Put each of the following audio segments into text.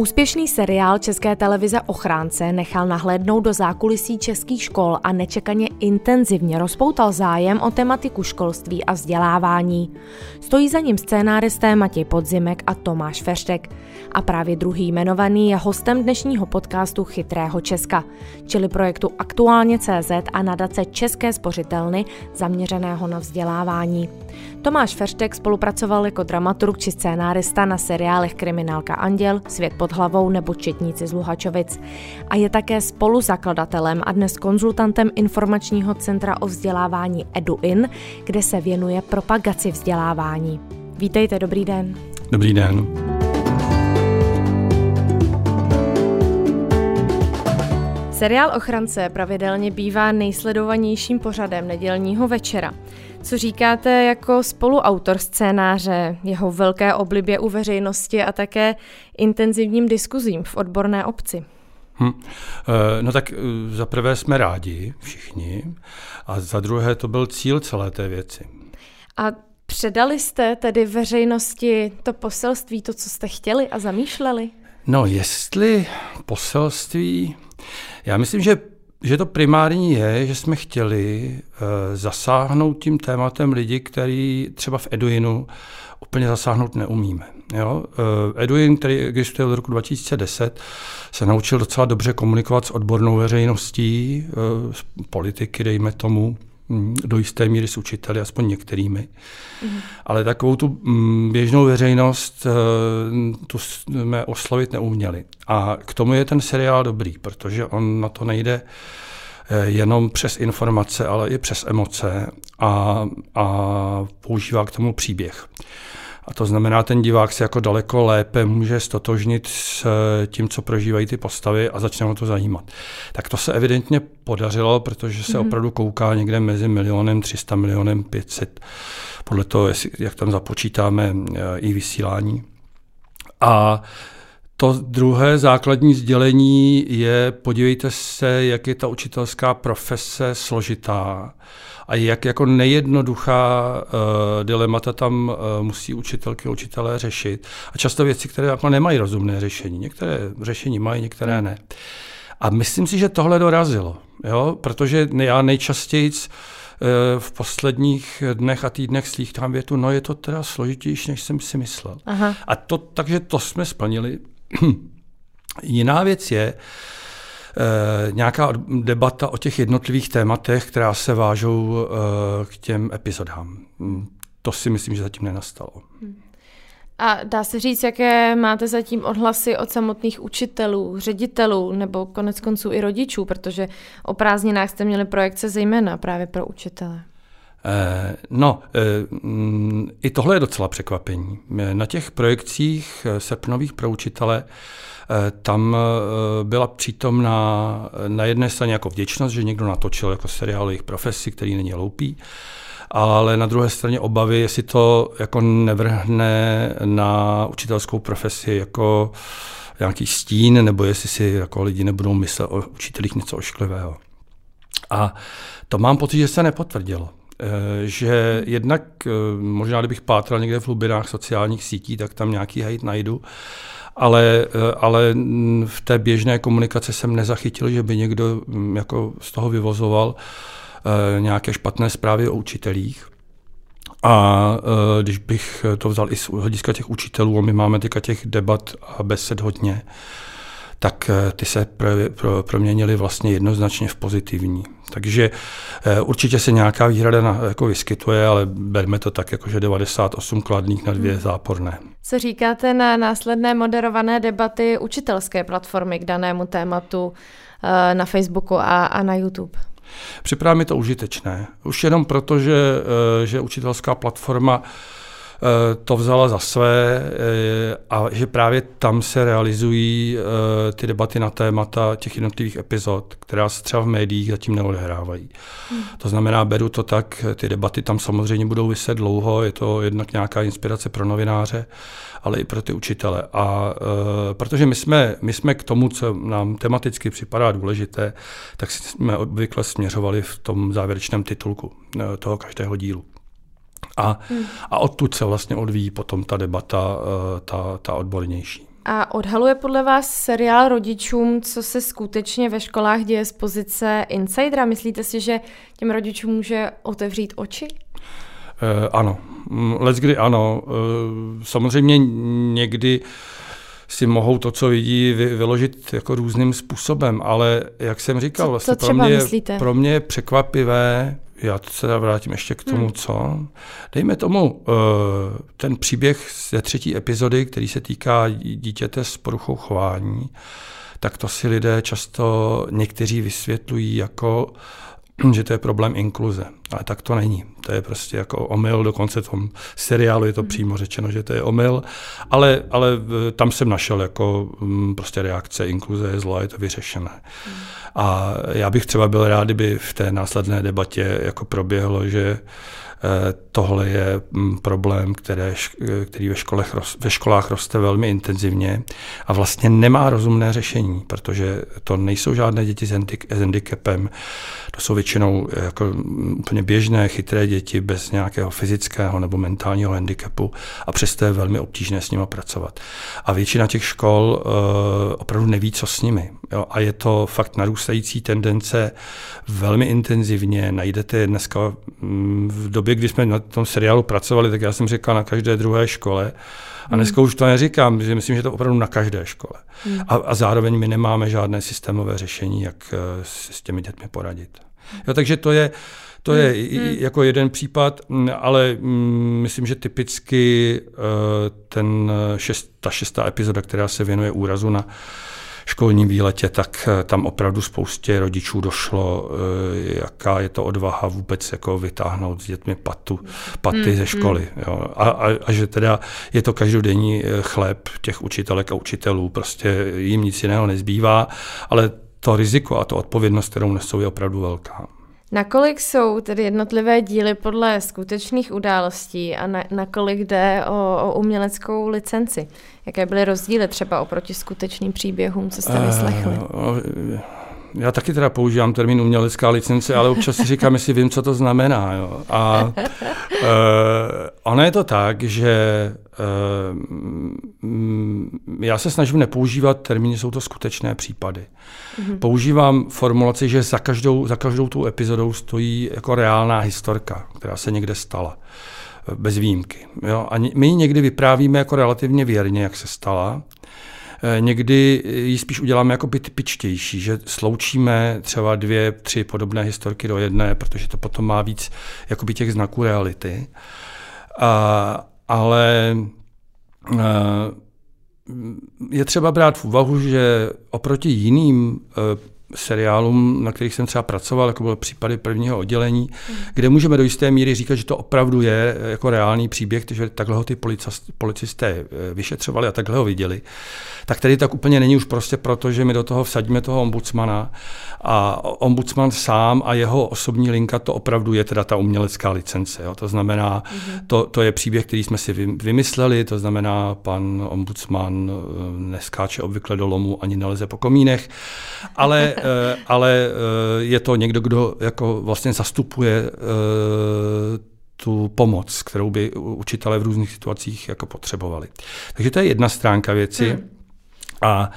Úspěšný seriál České televize Ochránce nechal nahlédnout do zákulisí českých škol a nečekaně intenzivně rozpoutal zájem o tematiku školství a vzdělávání. Stojí za ním scénáristé Matěj Podzimek a Tomáš Ferštek. A právě druhý jmenovaný je hostem dnešního podcastu Chytrého Česka, čili projektu Aktuálně.cz a nadace České spořitelny zaměřeného na vzdělávání. Tomáš Ferštek spolupracoval jako dramaturg či scénárista na seriálech Kriminálka Anděl, Svět pod hlavou nebo Četníci z Luhačovic. A je také spoluzakladatelem a dnes konzultantem informačního centra o vzdělávání EduIn, kde se věnuje propagaci vzdělávání. Vítejte, dobrý den. Dobrý den. Seriál Ochránce pravidelně bývá nejsledovanějším pořadem nedělního večera. Co říkáte jako spoluautor scénáře, jeho velké oblibě u veřejnosti a také intenzivním diskuzím v odborné obci? No tak za prvé jsme rádi všichni a za druhé to byl cíl celé té věci. A předali jste tedy veřejnosti to poselství, to, co jste chtěli a zamýšleli? No jestli poselství, já myslím, že to primární je, že jsme chtěli zasáhnout tím tématem lidi, který třeba v EduInu úplně zasáhnout neumíme. Jo? EduIn, který existuje od roku 2010, se naučil docela dobře komunikovat s odbornou veřejností, s politiky, dejme tomu, do jisté míry s učiteli, aspoň některými. Ale takovou tu běžnou veřejnost tu jsme oslovit neuměli. A k tomu je ten seriál dobrý, protože on na to nejde jenom přes informace, ale i přes emoce a používá k tomu příběh. A to znamená, ten divák se jako daleko lépe může stotožnit s tím, co prožívají ty postavy a začne ho to zajímat. Tak to se evidentně podařilo, protože se opravdu kouká někde mezi 1 300 000 500 000, podle toho, jak tam započítáme i vysílání. A to druhé základní sdělení je, podívejte se, jak je ta učitelská profese složitá a jak jako nejednoduchá dilemata tam musí učitelky a učitelé řešit. A často věci, které jako nemají rozumné řešení. Některé řešení mají, některé ne. A myslím si, že tohle dorazilo, jo? Protože já nejčastěji v posledních dnech a týdnech slýchám větu, no je to teda složitější, než jsem si myslel. Aha. A takže to jsme splnili. Jiná věc je nějaká debata o těch jednotlivých tématech, která se vážou k těm epizodám. To si myslím, že zatím nenastalo. A dá se říct, jaké máte zatím odhlasy od samotných učitelů, ředitelů nebo koneckonců i rodičů, protože o prázdninách jste měli projekce zejména právě pro učitele? I tohle je docela překvapení. Na těch projekcích srpnových pro učitele tam byla přítomná na jedné straně jako vděčnost, že někdo natočil jako seriál jejich profesi, který není hloupý, ale na druhé straně obavy, jestli to jako nevrhne na učitelskou profesi jako nějaký stín, nebo jestli si jako lidi nebudou myslet o učitelích něco ošklivého. A to mám pocit, že se nepotvrdilo. Že jednak, možná kdybych pátral někde v hlubinách sociálních sítí, tak tam nějaký hejt najdu, ale v té běžné komunikaci jsem nezachytil, že by někdo jako z toho vyvozoval nějaké špatné zprávy o učitelích. A když bych to vzal i z hlediska těch učitelů, a my máme teďka těch debat a besed hodně, tak ty se proměnily vlastně jednoznačně v pozitivní. Takže určitě se nějaká výhrada jako vyskytuje, ale berme to tak, jako že 98 kladných na 2 záporné. Co říkáte na následné moderované debaty učitelské platformy k danému tématu na Facebooku a na YouTube? Připadá mi to užitečné. Už jenom proto, že učitelská platforma to vzala za své a že právě tam se realizují ty debaty na témata těch jednotlivých epizod, která se třeba v médiích zatím neodehrávají. To znamená, beru to tak, ty debaty tam samozřejmě budou viset dlouho, je to jednak nějaká inspirace pro novináře, ale i pro ty učitele. A protože my jsme k tomu, co nám tematicky připadá důležité, tak jsme obvykle směřovali v tom závěrečném titulku toho každého dílu. A odtud se vlastně odvíjí potom ta debata, ta odbornější. A odhaluje podle vás seriál rodičům, co se skutečně ve školách děje z pozice insidera? Myslíte si, že těm rodičům může otevřít oči? Ano, leckdy ano. Samozřejmě někdy si mohou to, co vidí, vyložit jako různým způsobem, ale jak jsem říkal, vlastně pro mě je překvapivé, já se vrátím ještě k tomu, co. Dejme tomu ten příběh ze 3. epizody, který se týká dítěte s poruchou chování, tak to si lidé často někteří vysvětlují jako, že to je problém inkluze. Ale tak to není. To je prostě jako omyl, dokonce v tom seriálu je to přímo řečeno, že to je omyl, ale tam jsem našel jako prostě reakce, inkluze je zlo, je to vyřešené. A já bych třeba byl rád, kdyby v té následné debatě jako proběhlo, že tohle je problém, který ve školách roste velmi intenzivně a vlastně nemá rozumné řešení, protože to nejsou žádné děti s handicapem, to jsou většinou jako úplně běžné, chytré děti bez nějakého fyzického nebo mentálního handicapu a přesto je velmi obtížné s nimi pracovat. A většina těch škol opravdu neví, co s nimi. Jo? A je to fakt narůstající tendence velmi intenzivně. Najdete je dneska v době, kdy jsme na tom seriálu pracovali, tak já jsem říkal na každé druhé škole. A dneska už to neříkám, že myslím, že to opravdu na každé škole. A zároveň my nemáme žádné systémové řešení, jak s těmi dětmi poradit. Jo, takže to je jako jeden případ, ale myslím, že typicky ta 6. epizoda, která se věnuje úrazu na školním výletě, tak tam opravdu spoustě rodičů došlo, jaká je to odvaha vůbec jako vytáhnout s dětmi paty ze školy. Jo. A že teda je to každodenní chléb těch učitelek a učitelů, prostě jim nic jiného nezbývá, ale to riziko a to odpovědnost, kterou nesou, je opravdu velká. Nakolik jsou tedy jednotlivé díly podle skutečných událostí a nakolik jde o uměleckou licenci? Jaké byly rozdíly třeba oproti skutečným příběhům, co jste vyslechli? Já taky teda používám termín umělecká licence, ale občas si říkám, jestli vím, co to znamená. Jo. A ono je to tak, že já se snažím nepoužívat termíny, jsou to skutečné případy. Používám formulaci, že za každou tou epizodou stojí jako reálná historka, která se někde stala. Bez výjimky. Jo. A my ji někdy vyprávíme jako relativně věrně, jak se stala. Někdy ji spíš uděláme jako by typičtější, že sloučíme třeba 2, 3 podobné historky do jedné, protože to potom má víc jakoby těch znaků reality. Ale je třeba brát v úvahu, že oproti jiným seriálům, na kterých jsem třeba pracoval, jako byly případy prvního oddělení, kde můžeme do jisté míry říkat, že to opravdu je jako reálný příběh, že takhle ho ty policisté vyšetřovali a takhle ho viděli, tak tady tak úplně není už prostě proto, že my do toho vsadíme toho ombudsmana a ombudsman sám a jeho osobní linka, to opravdu je teda ta umělecká licence. Jo. To znamená, to je příběh, který jsme si vymysleli, to znamená, pan ombudsman neskáče obvykle do lomu ani neleze po komínech, ale je to někdo, kdo jako vlastně zastupuje tu pomoc, kterou by učitelé v různých situacích jako potřebovali. Takže to je jedna stránka věci. A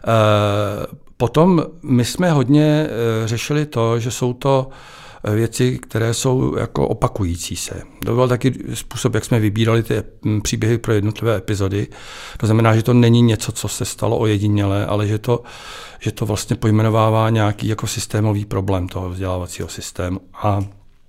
potom my jsme hodně řešili to, že jsou to věci, které jsou jako opakující se. To byl taky způsob, jak jsme vybírali ty příběhy pro jednotlivé epizody. To znamená, že to není něco, co se stalo ojediněle, ale že to vlastně pojmenovává nějaký jako systémový problém toho vzdělávacího systému. A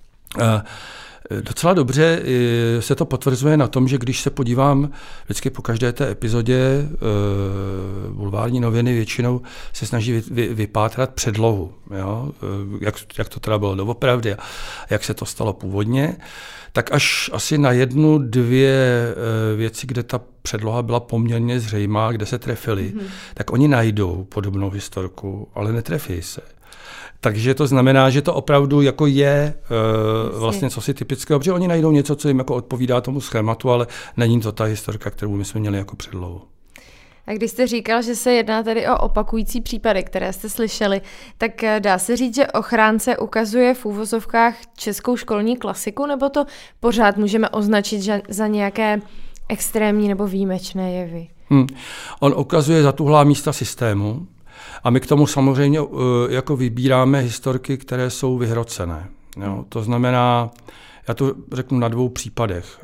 docela dobře se to potvrzuje na tom, že když se podívám vždycky po každé té epizodě, bulvární noviny většinou se snaží vypátrat předlohu, jo? Jak to teda bylo doopravdy a jak se to stalo původně, tak až asi na 1, 2 věci, kde ta předloha byla poměrně zřejmá, kde se trefili, tak oni najdou podobnou historku, ale netrefí se. Takže to znamená, že to opravdu jako je vlastně cosi typického, protože oni najdou něco, co jim jako odpovídá tomu schématu, ale není to ta historka, kterou my jsme měli jako předlohu. A když jste říkal, že se jedná tedy o opakující případy, které jste slyšeli, tak dá se říct, že Ochránce ukazuje v úvozovkách českou školní klasiku, nebo to pořád můžeme označit za nějaké extrémní nebo výjimečné jevy? On ukazuje zatuhlá místa systému a my k tomu samozřejmě jako vybíráme historky, které jsou vyhrocené. Jo? To znamená, já to řeknu na 2 případech.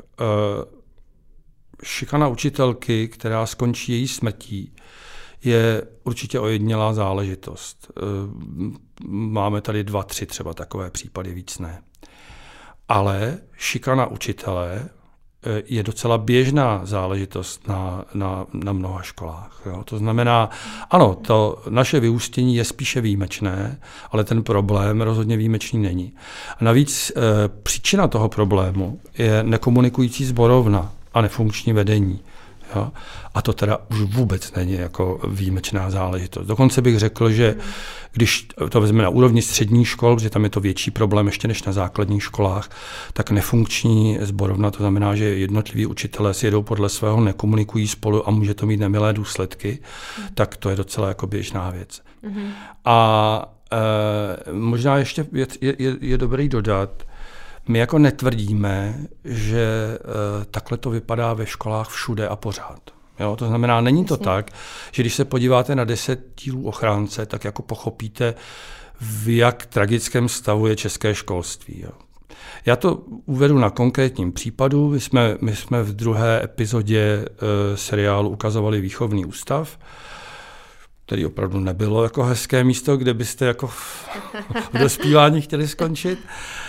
Šikana učitelky, která skončí její smrtí, je určitě ojedinělá záležitost. Máme tady 2, 3 třeba takové případy, víc ne. Ale šikana učitele je docela běžná záležitost na mnoha školách. Jo. To znamená, ano, to naše vyústění je spíše výjimečné, ale ten problém rozhodně výjimečný není. A navíc příčina toho problému je nekomunikující sborovna a nefunkční vedení. Jo? A to teda už vůbec není jako výjimečná záležitost. Dokonce bych řekl, že když to vezmeme na úrovni středních škol, protože tam je to větší problém ještě než na základních školách, tak nefunkční sborovna, to znamená, že jednotliví učitelé si jedou podle svého, nekomunikují spolu a může to mít nemilé důsledky, tak to je docela jako běžná věc. A možná ještě je dobrý dodat, my jako netvrdíme, že takhle to vypadá ve školách všude a pořád. Jo? To znamená, není to tak, že když se podíváte na 10 dílů Ochránce, tak jako pochopíte, v jak tragickém stavu je české školství. Jo? Já to uvedu na konkrétním případu. My jsme v 2. epizodě seriálu ukazovali výchovný ústav, který opravdu nebylo jako hezké místo, kde byste jako v dospívání chtěli skončit.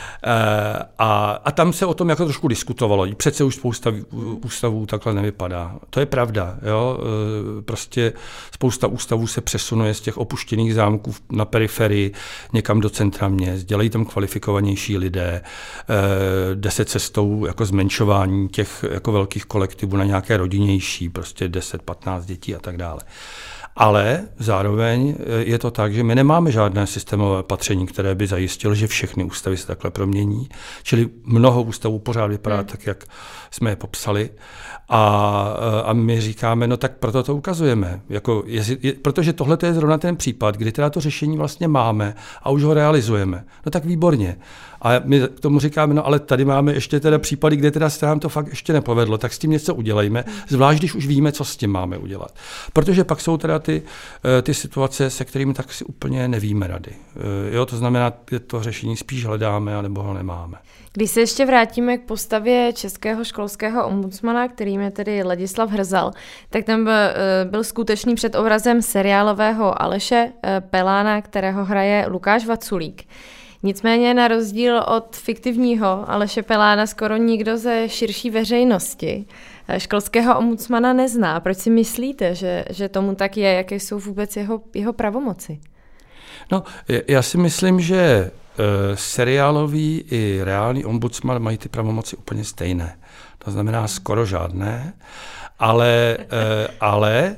A tam se o tom jako trošku diskutovalo. Přece už spousta ústavů takhle nevypadá. To je pravda. Jo? Prostě spousta ústavů se přesunuje z těch opuštěných zámků na periferii někam do centra měst. Dělají tam kvalifikovanější lidé. 10 cestou jako zmenšování těch jako velkých kolektivů na nějaké rodinnější, prostě 10-15 dětí a tak dále. Ale zároveň je to tak, že my nemáme žádné systémové opatření, které by zajistilo, že všechny ústavy se takhle promění. Čili mnoho ústavů pořád vypadá tak, jak jsme je popsali. A my říkáme, no tak proto to ukazujeme. Protože tohle je zrovna ten případ, kdy teda to řešení vlastně máme a už ho realizujeme. No tak výborně. A my k tomu říkáme, no ale tady máme ještě teda případy, kde teda se nám to fakt ještě nepovedlo, tak s tím něco udělejme, zvlášť když už víme, co s tím máme udělat. Protože pak jsou teda ty situace, se kterými tak si úplně nevíme rady. Jo, to znamená, že to řešení spíš hledáme, anebo ho nemáme. Když se ještě vrátíme k postavě českého školského ombudsmana, kterým je tedy Ladislav Hrzal, tak tam byl skutečný před obrazem seriálového Aleše Pelána, kterého hraje Lukáš Vaculík. Nicméně na rozdíl od fiktivního Aleše Pelána skoro nikdo ze širší veřejnosti školského ombudsmana nezná. Proč si myslíte, že tomu tak je? Jaké jsou vůbec jeho pravomoci? No, já si myslím, že seriálový i reálný ombudsman mají ty pravomoci úplně stejné. To znamená skoro žádné, ale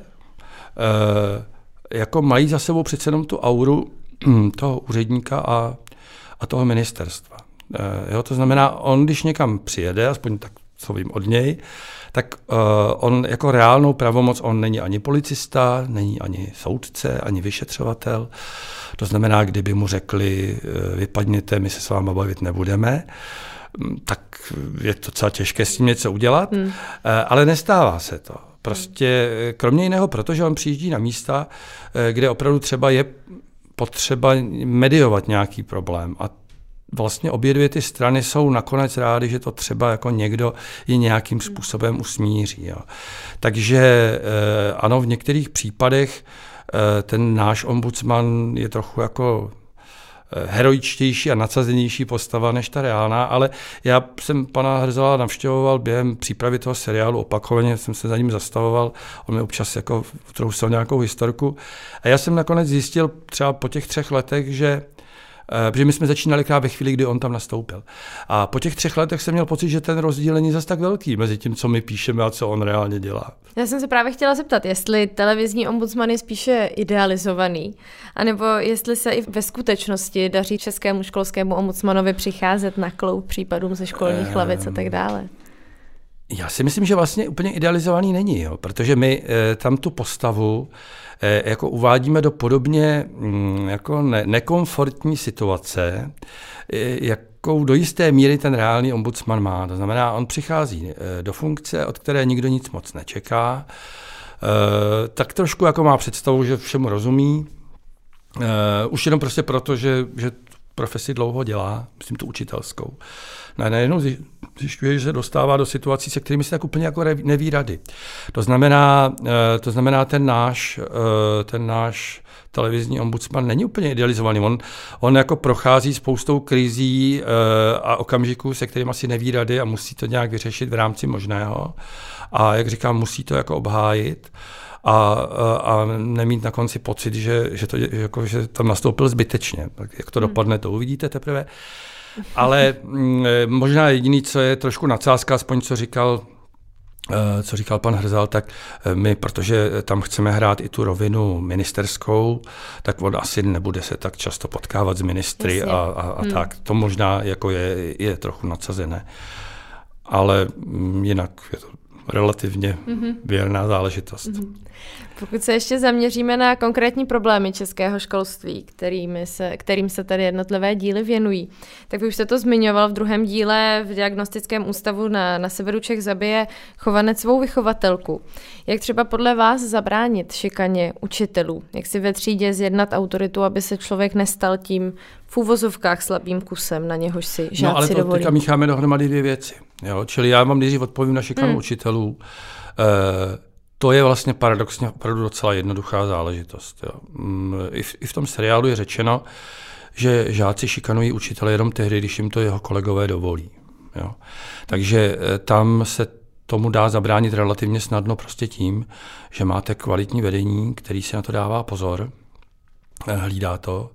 jako mají za sebou přece jenom tu auru toho úředníka a toho ministerstva. Jo, to znamená, on když někam přijede, aspoň tak, co vím od něj, tak on jako reálnou pravomoc, on není ani policista, není ani soudce, ani vyšetřovatel. To znamená, kdyby mu řekli, vypadněte, my se s váma bavit nebudeme, tak je to docela těžké s tím něco udělat, ale nestává se to. Prostě kromě jiného, protože on přijíždí na místa, kde opravdu třeba je potřeba mediovat nějaký problém a vlastně obě dvě ty strany jsou nakonec rády, že to třeba jako někdo je nějakým způsobem usmíří. Jo. Takže ano, v některých případech ten náš ombudsman je trochu jako heroičtější a nadsazenější postava než ta reálná, ale já jsem pana Hrzala navštěvoval během přípravy toho seriálu opakovaně, jsem se za ním zastavoval, on mi občas jako trousal nějakou historku a já jsem nakonec zjistil třeba po těch 3 letech, že protože my jsme začínali krát ve chvíli, kdy on tam nastoupil. A po těch 3 letech jsem měl pocit, že ten rozdíl není zas tak velký mezi tím, co my píšeme a co on reálně dělá. Já jsem se právě chtěla zeptat, jestli televizní ombudsman je spíše idealizovaný, anebo jestli se i ve skutečnosti daří českému školskému ombudsmanovi přicházet na kloub případům ze školních lavic a tak dále. Já si myslím, že vlastně úplně idealizovaný není, jo, protože my tam tu postavu jako uvádíme do podobně jako nekomfortní situace, jakou do jisté míry ten reálný ombudsman má. To znamená, on přichází do funkce, od které nikdo nic moc nečeká. tak trošku jako má představu, že všemu rozumí. Už jenom prostě proto, že profesi dlouho dělá, myslím tu učitelskou. Najednou zjišťuje, že se dostává do situací, se kterými se tak úplně jako neví rady. To znamená ten náš televizní ombudsman není úplně idealizovaný. On jako prochází spoustou krizí a okamžiků, se kterými asi neví rady a musí to nějak vyřešit v rámci možného. A jak říkám, musí to jako obhájit. A nemít na konci pocit, že tam nastoupil zbytečně. Tak jak to dopadne, to uvidíte teprve. Ale možná jediný, co je trošku nadsázka, aspoň co říkal pan Hrzal, tak my, protože tam chceme hrát i tu rovinu ministerskou, tak on asi nebude se tak často potkávat s ministry a tak. To možná jako je trochu nadsazené. Ale jinak je to relativně věrná záležitost. Pokud se ještě zaměříme na konkrétní problémy českého školství, kterým se tady jednotlivé díly věnují, tak vy už jste to zmiňoval v druhém díle v diagnostickém ústavu na severu Čech zabije chovanec svou vychovatelku. Jak třeba podle vás zabránit šikaně učitelů? Jak si ve třídě zjednat autoritu, aby se člověk nestal tím v úvozovkách slabým kusem, na něhož si žáci dovolí? No ale to teďka mícháme dohromady dvě věci. Jo? Čili já vám nejdřív odpovím na šikanu učitelů. To je vlastně paradoxně opravdu docela jednoduchá záležitost. Jo. I v tom seriálu je řečeno, že žáci šikanují učitele jenom tehdy, když jim to jeho kolegové dovolí. Jo. Takže tam se tomu dá zabránit relativně snadno prostě tím, že máte kvalitní vedení, který si na to dává pozor, hlídá to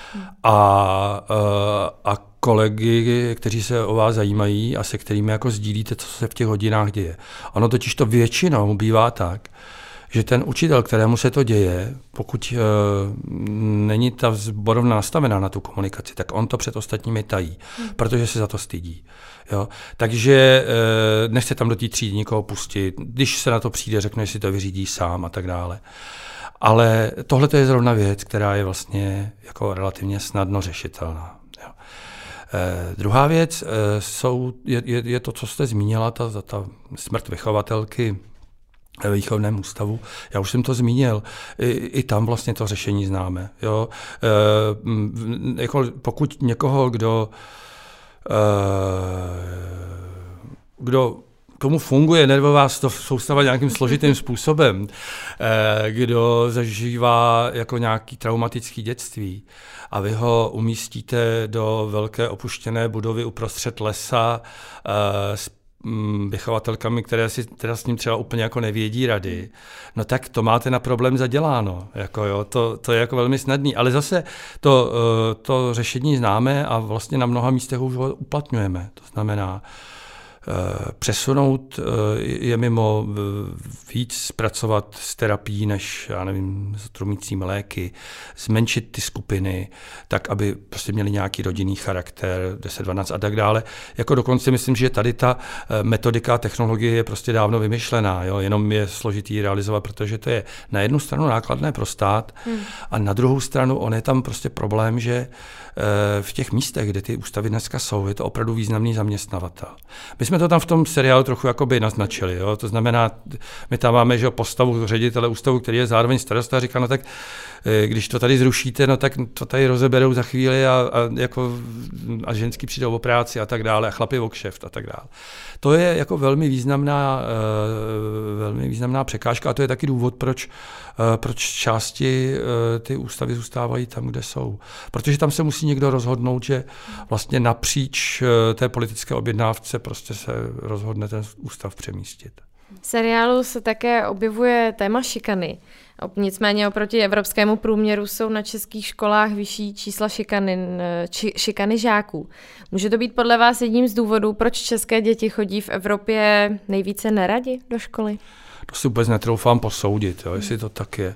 a kolegy, kteří se o vás zajímají a se kterými jako sdílíte, co se v těch hodinách děje. Ono totiž to většinou bývá tak, že ten učitel, kterému se to děje, pokud není ta sborovna nastavená na tu komunikaci, tak on to před ostatními tají, protože se za to stydí. Jo? Takže nechce tam do té třídy nikoho pustit, když se na to přijde, řekne, že si to vyřídí sám a tak dále. Ale tohle je zrovna věc, která je vlastně jako relativně snadno řešitelná. Jo. Druhá věc je to, co jste zmínila, ta smrt vychovatelky ve výchovném ústavu. Já už jsem to zmínil. I tam vlastně to řešení známe. Jo. Jako pokud někoho, komu funguje nervová soustava nějakým složitým způsobem, kdo zažívá jako nějaký traumatický dětství a vy ho umístíte do velké opuštěné budovy uprostřed lesa s vychovatelkami, které si teda s ním třeba úplně jako nevědí rady, no tak to máte na problém zaděláno. Jako jo, to je jako velmi snadný, ale zase to řešení známe a vlastně na mnoha místech už ho uplatňujeme. To znamená, přesunout je mimo víc pracovat s terapií než, já nevím, s trumícím léky, zmenšit ty skupiny, tak, aby prostě měli nějaký rodinný charakter, 10-12 a tak dále. Jako dokonce myslím, že tady ta metodika a technologie je prostě dávno vymyšlená, jo? Jenom je složitý realizovat, protože to je na jednu stranu nákladné pro stát a na druhou stranu on je tam prostě problém, že v těch místech, kde ty ústavy dneska jsou, je to opravdu významný zaměstnavatel. My jsme to tam v tom seriálu trochu jakoby naznačili. Jo? To znamená, my tam máme postavu ředitele ústavu, který je zároveň starosta a říká, no tak když to tady zrušíte, no tak to tady rozeberou za chvíli a ženský přijdou o práci a tak dále a chlapi o kšeft a tak dále. To je jako velmi významná překážka a to je taky důvod, proč části ty ústavy zůstávají tam, kde jsou. Protože tam se musí někdo rozhodnout, že vlastně napříč té politické objednávce prostě se rozhodne ten ústav přemístit. V seriálu se také objevuje téma šikany. Nicméně oproti evropskému průměru jsou na českých školách vyšší čísla šikany žáků. Může to být podle vás jedním z důvodů, proč české děti chodí v Evropě nejvíce neradi do školy? To si vůbec netroufám posoudit, jo, jestli to tak je.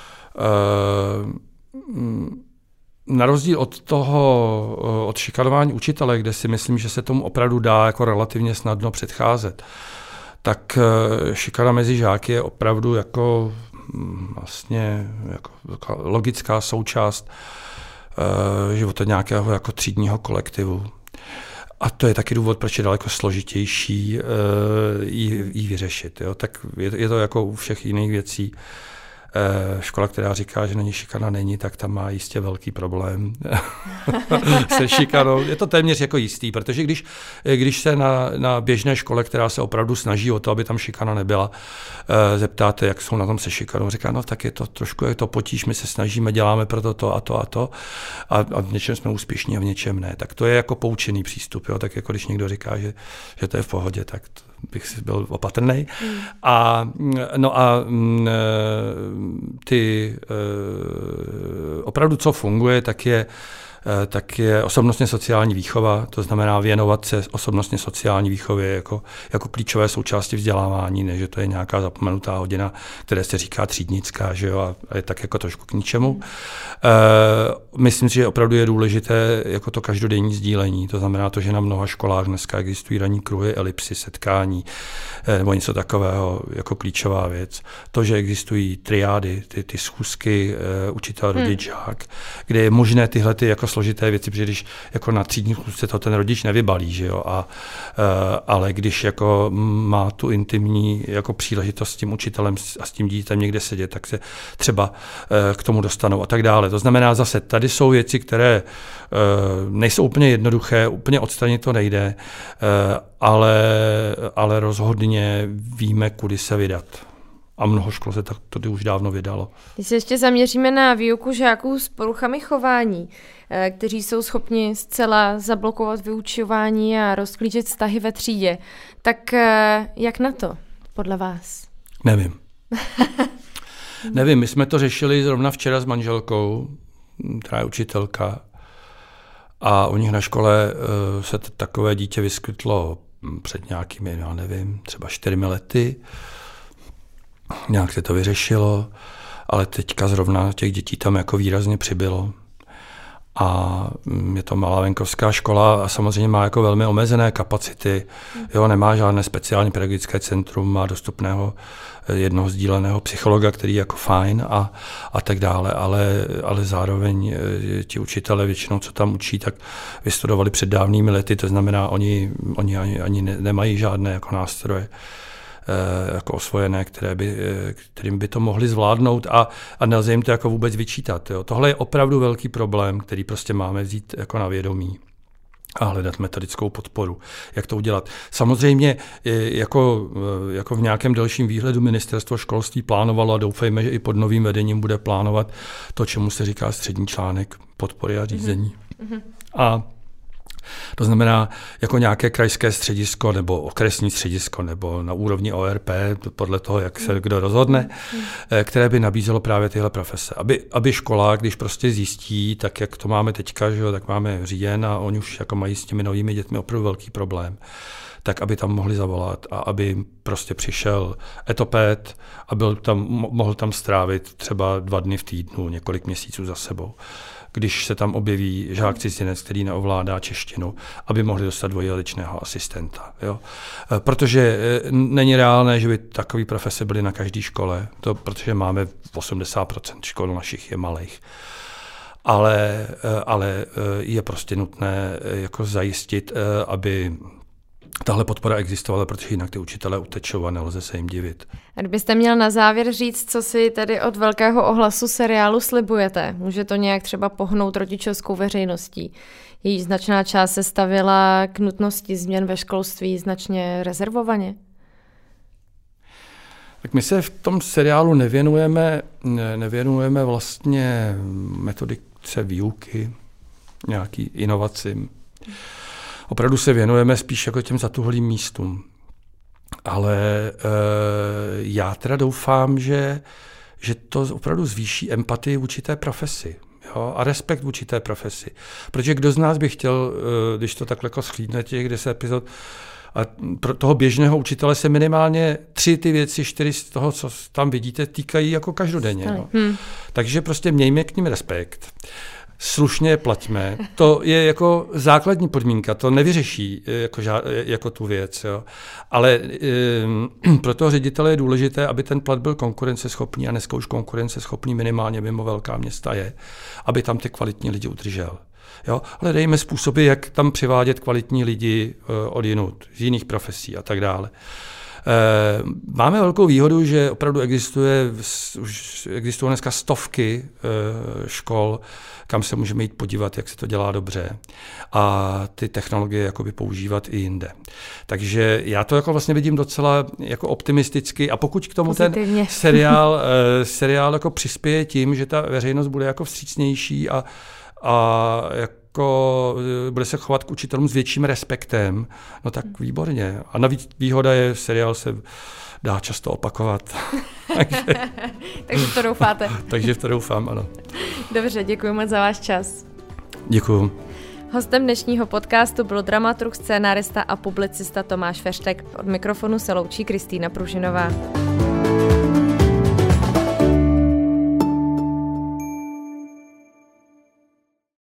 Na rozdíl od šikanování učitele, kde si myslím, že se tomu opravdu dá jako relativně snadno předcházet, tak šikana mezi žáky je opravdu jako vlastně jako logická součást života nějakého jako třídního kolektivu. A to je taky důvod, proč je daleko složitější ji vyřešit. Jo? Tak je to jako u všech jiných věcí. Škola, která říká, že na ní šikana není, tak tam má jistě velký problém se šikanou. Je to téměř jako jistý, protože když se na běžné škole, která se opravdu snaží o to, aby tam šikana nebyla, zeptáte, jak jsou na tom se šikanou, říká, no tak je to trošku je to potíž, my se snažíme, děláme pro to a v něčem jsme úspěšní a v něčem ne. Tak to je jako poučený přístup, jo? Tak jako když někdo říká, že to je v pohodě, tak bych si byl opatrnej. Ty opravdu, co funguje, tak je osobnostně sociální výchova, to znamená věnovat se osobnostně sociální výchově jako klíčové součásti vzdělávání, ne, že to je nějaká zapomenutá hodina, které se říká třídnická, že jo, a je tak jako trošku k ničemu. Myslím si, že opravdu je důležité jako to každodenní sdílení, to znamená to, že na mnoha školách dneska existují ranní kruhy, elipsy, setkání nebo něco takového jako klíčová věc. To, že existují triády, ty schůzky učitel, rodič, žák, kde je možné tyhle jako složité věci, protože když jako na třídní schůzce to ten rodič nevybalí, že jo, ale když jako má tu intimní jako příležitost s tím učitelem a s tím dítětem někde sedět, tak se třeba k tomu dostanou a tak dále. To znamená zase, tady jsou věci, které nejsou úplně jednoduché, úplně odstranit to nejde, ale rozhodně víme, kudy se vydat. A mnoho škol se to už dávno vydalo. Když se ještě zaměříme na výuku žáků s poruchami chování, kteří jsou schopni zcela zablokovat vyučování a rozklíčit vztahy ve třídě, tak jak na to, podle vás? Nevím. Nevím, my jsme to řešili zrovna včera s manželkou, která je učitelka, a u nich na škole se takové dítě vyskytlo před nějakými, já nevím, třeba 4 lety. Nějak se to vyřešilo, ale teďka zrovna těch dětí tam jako výrazně přibylo. A je to malá venkovská škola a samozřejmě má jako velmi omezené kapacity. Jo, nemá žádné speciální pedagogické centrum, má dostupného jednoho sdíleného psychologa, který je jako fajn a tak dále, ale zároveň ti učitelé většinou, co tam učí, tak vystudovali před dávnými lety, to znamená, oni ani nemají žádné jako nástroje jako osvojené, kterým by to mohli zvládnout a nelze jim to jako vůbec vyčítat. Jo. Tohle je opravdu velký problém, který prostě máme vzít jako na vědomí a hledat metodickou podporu. Jak to udělat? Samozřejmě jako v nějakém dalším výhledu ministerstvo školství plánovalo a doufejme, že i pod novým vedením bude plánovat to, čemu se říká střední článek podpory a řízení. A to znamená jako nějaké krajské středisko nebo okresní středisko nebo na úrovni ORP, podle toho, jak se kdo rozhodne, které by nabízelo právě tyhle profese. Aby škola, když prostě zjistí, tak jak to máme teďka, že jo, tak máme říjen a oni už jako mají s těmi novými dětmi opravdu velký problém, tak aby tam mohli zavolat a aby prostě přišel etoped a mohl tam strávit třeba 2 dny v týdnu, několik měsíců za sebou. Když se tam objeví žák cizinec, který neovládá češtinu, aby mohli dostat dvojjazyčného asistenta. Jo? Protože není reálné, že by takové profese byly na každé škole, protože máme 80% škol našich je malých. Ale je prostě nutné jako zajistit, aby tahle podpora existovala, protože jinak ty učitelé utečou a nelze se jim divit. A kdybyste měl na závěr říct, co si tedy od velkého ohlasu seriálu slibujete? Může to nějak třeba pohnout rodičovskou veřejností? Její značná část se stavěla k nutnosti změn ve školství značně rezervovaně? Tak my se v tom seriálu nevěnujeme vlastně metodice výuky, nějaký inovacím. Opravdu se věnujeme spíš jako těm zatuhlým místům. Ale já teda doufám, že to opravdu zvýší empatii vůči té profesi. Jo? A respekt vůči té profesi. Protože kdo z nás by chtěl, když to takhle jako schlídne těch 10 epizod, a pro toho běžného učitele se minimálně 3 ty věci, 4 z toho, co tam vidíte, týkají jako každodenně. No. Takže prostě mějme k nim respekt. Slušně plaťme. To je jako základní podmínka, to nevyřeší jako tu věc. Jo. Ale pro toho ředitele je důležité, aby ten plat byl konkurenceschopný a dneska už konkurenceschopný minimálně mimo velká města je, aby tam ty kvalitní lidi udržel. Jo? Hledejme způsoby, jak tam přivádět kvalitní lidi odjinud, z jiných profesí a tak dále. Máme velkou výhodu, že opravdu existují dneska stovky škol, kam se můžeme jít podívat, jak se to dělá dobře a ty technologie jakoby používat i jinde. Takže já to jako vlastně vidím docela jako optimisticky a pokud k tomu pozitivně. Ten seriál jako přispěje tím, že ta veřejnost bude jako vstřícnější a jako bude se chovat k učitelům s větším respektem, no tak výborně. A navíc výhoda je, seriál se dá často opakovat. Takže v to doufáte. Takže v to doufám, ano. Dobře, děkuji moc za váš čas. Děkuju. Hostem dnešního podcastu byl dramaturg, scénárista a publicista Tomáš Feřtek. Od mikrofonu se loučí Kristýna Pružinová.